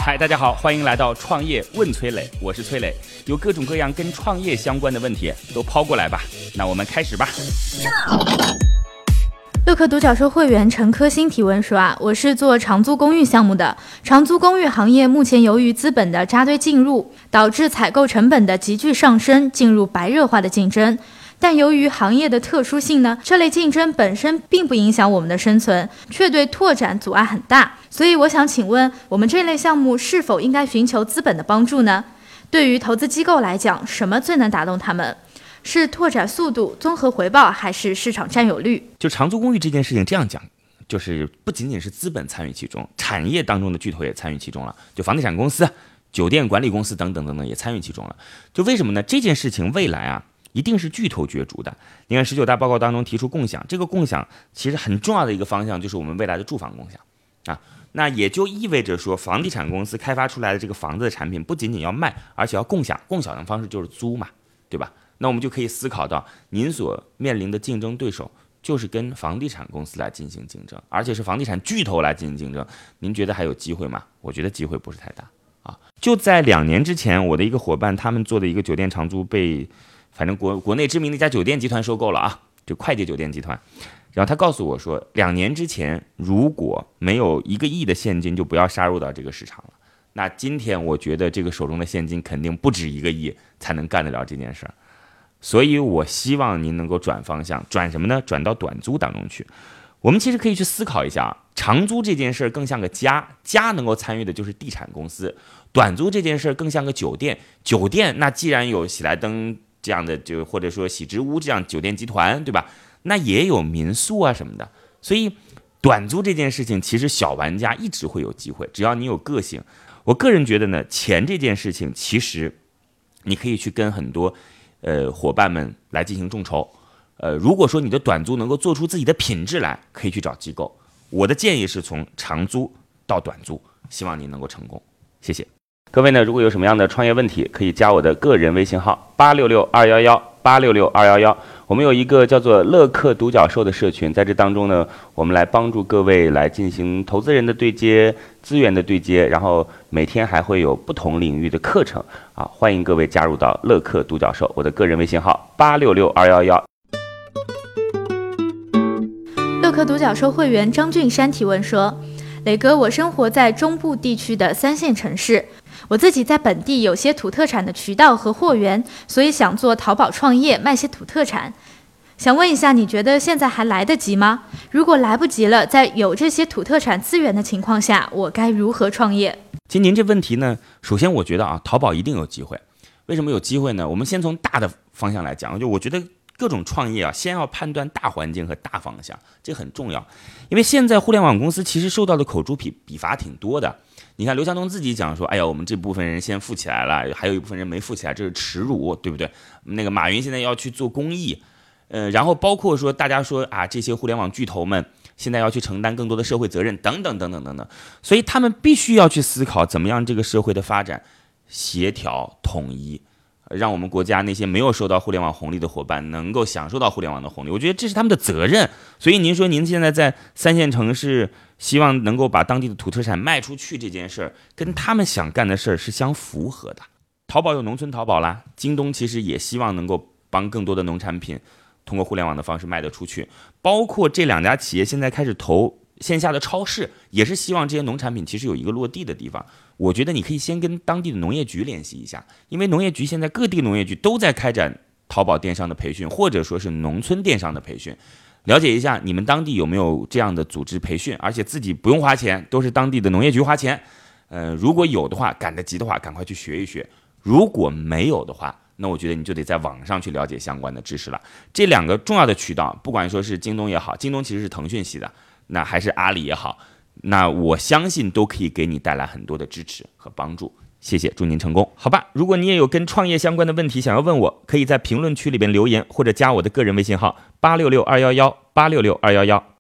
嗨，大家好，欢迎来到创业问崔磊，我是崔磊，有各种各样跟创业相关的问题都抛过来吧，那我们开始吧。 乐客独角兽会员陈科新提问说我是做长租公寓项目的，长租公寓行业目前由于资本的扎堆进入，导致采购成本的急剧上升，进入白热化的竞争。但由于行业的特殊性呢，这类竞争本身并不影响我们的生存，却对拓展阻碍很大。所以我想请问，我们这类项目是否应该寻求资本的帮助呢？对于投资机构来讲，什么最能打动他们？是拓展速度、综合回报，还是市场占有率？ 就长租公寓这件事情这样讲，就是不仅仅是资本参与其中，产业当中的巨头也参与其中了，就房地产公司、酒店管理公司等等等等也参与其中了。就为什么呢？这件事情未来一定是巨头角逐的。你看19大报告当中提出共享，这个共享其实很重要的一个方向就是我们未来的住房共享那也就意味着说，房地产公司开发出来的这个房子的产品不仅仅要卖，而且要共享。共享的方式就是租嘛，对吧？那我们就可以思考到，您所面临的竞争对手就是跟房地产公司来进行竞争，而且是房地产巨头来进行竞争。您觉得还有机会吗？我觉得机会不是太大就在2年之前，我的一个伙伴他们做的一个酒店长租被反正国内知名的一家酒店集团收购了就快捷酒店集团。然后他告诉我说，2年之前如果没有1个亿的现金，就不要杀入到这个市场了。那今天我觉得这个手中的现金肯定不止1个亿才能干得了这件事儿。所以我希望您能够转方向，转什么呢？转到短租当中去。我们其实可以去思考一下长租这件事更像个家能够参与的就是地产公司，短租这件事更像个酒店那既然有喜来登这样的，就或者说喜之屋这样酒店集团，对吧？那也有民宿什么的。所以短租这件事情其实小玩家一直会有机会，只要你有个性。我个人觉得呢，钱这件事情其实你可以去跟很多伙伴们来进行众筹。如果说你的短租能够做出自己的品质来，可以去找机构。我的建议是从长租到短租，希望您能够成功。谢谢各位呢，如果有什么样的创业问题，可以加我的个人微信号8662118662111。我们有一个叫做乐客独角兽的社群，在这当中呢，我们来帮助各位来进行投资人的对接、资源的对接，然后每天还会有不同领域的课程欢迎各位加入到乐客独角兽。我的个人微信号8662111。 乐客独角兽会员张俊山提问说，磊哥，我生活在中部地区的3线城市，我自己在本地有些土特产的渠道和货源，所以想做淘宝创业，卖些土特产。想问一下，你觉得现在还来得及吗？如果来不及了，在有这些土特产资源的情况下，我该如何创业？ 其实您这问题呢，首先我觉得淘宝一定有机会。为什么有机会呢？我们先从大的方向来讲，就我觉得各种创业先要判断大环境和大方向，这很重要。因为现在互联网公司其实受到的口诛笔伐挺多的。你看刘强东自己讲说，哎呀，我们这部分人先富起来了，还有一部分人没富起来，这是耻辱，对不对？那个马云现在要去做公益，然后包括说大家说这些互联网巨头们现在要去承担更多的社会责任，等等等等等等，所以他们必须要去思考怎么样这个社会的发展协调统一，让我们国家那些没有受到互联网红利的伙伴能够享受到互联网的红利，我觉得这是他们的责任。所以您说您现在在3线城市希望能够把当地的土特产卖出去，这件事儿跟他们想干的事儿是相符合的。淘宝有农村淘宝啦，京东其实也希望能够帮更多的农产品通过互联网的方式卖得出去，包括这2家企业现在开始投线下的超市，也是希望这些农产品其实有一个落地的地方。我觉得你可以先跟当地的农业局联系一下，因为农业局现在各地农业局都在开展淘宝电商的培训，或者说是农村电商的培训，了解一下你们当地有没有这样的组织培训，而且自己不用花钱，都是当地的农业局花钱。如果有的话，赶得及的话，赶快去学一学；如果没有的话，那我觉得你就得在网上去了解相关的知识了。这2个重要的渠道，不管说是京东也好，京东其实是腾讯系的，那还是阿里也好，那我相信都可以给你带来很多的支持和帮助。谢谢，祝您成功。好吧，如果你也有跟创业相关的问题想要问我，可以在评论区里边留言，或者加我的个人微信号8662118662111。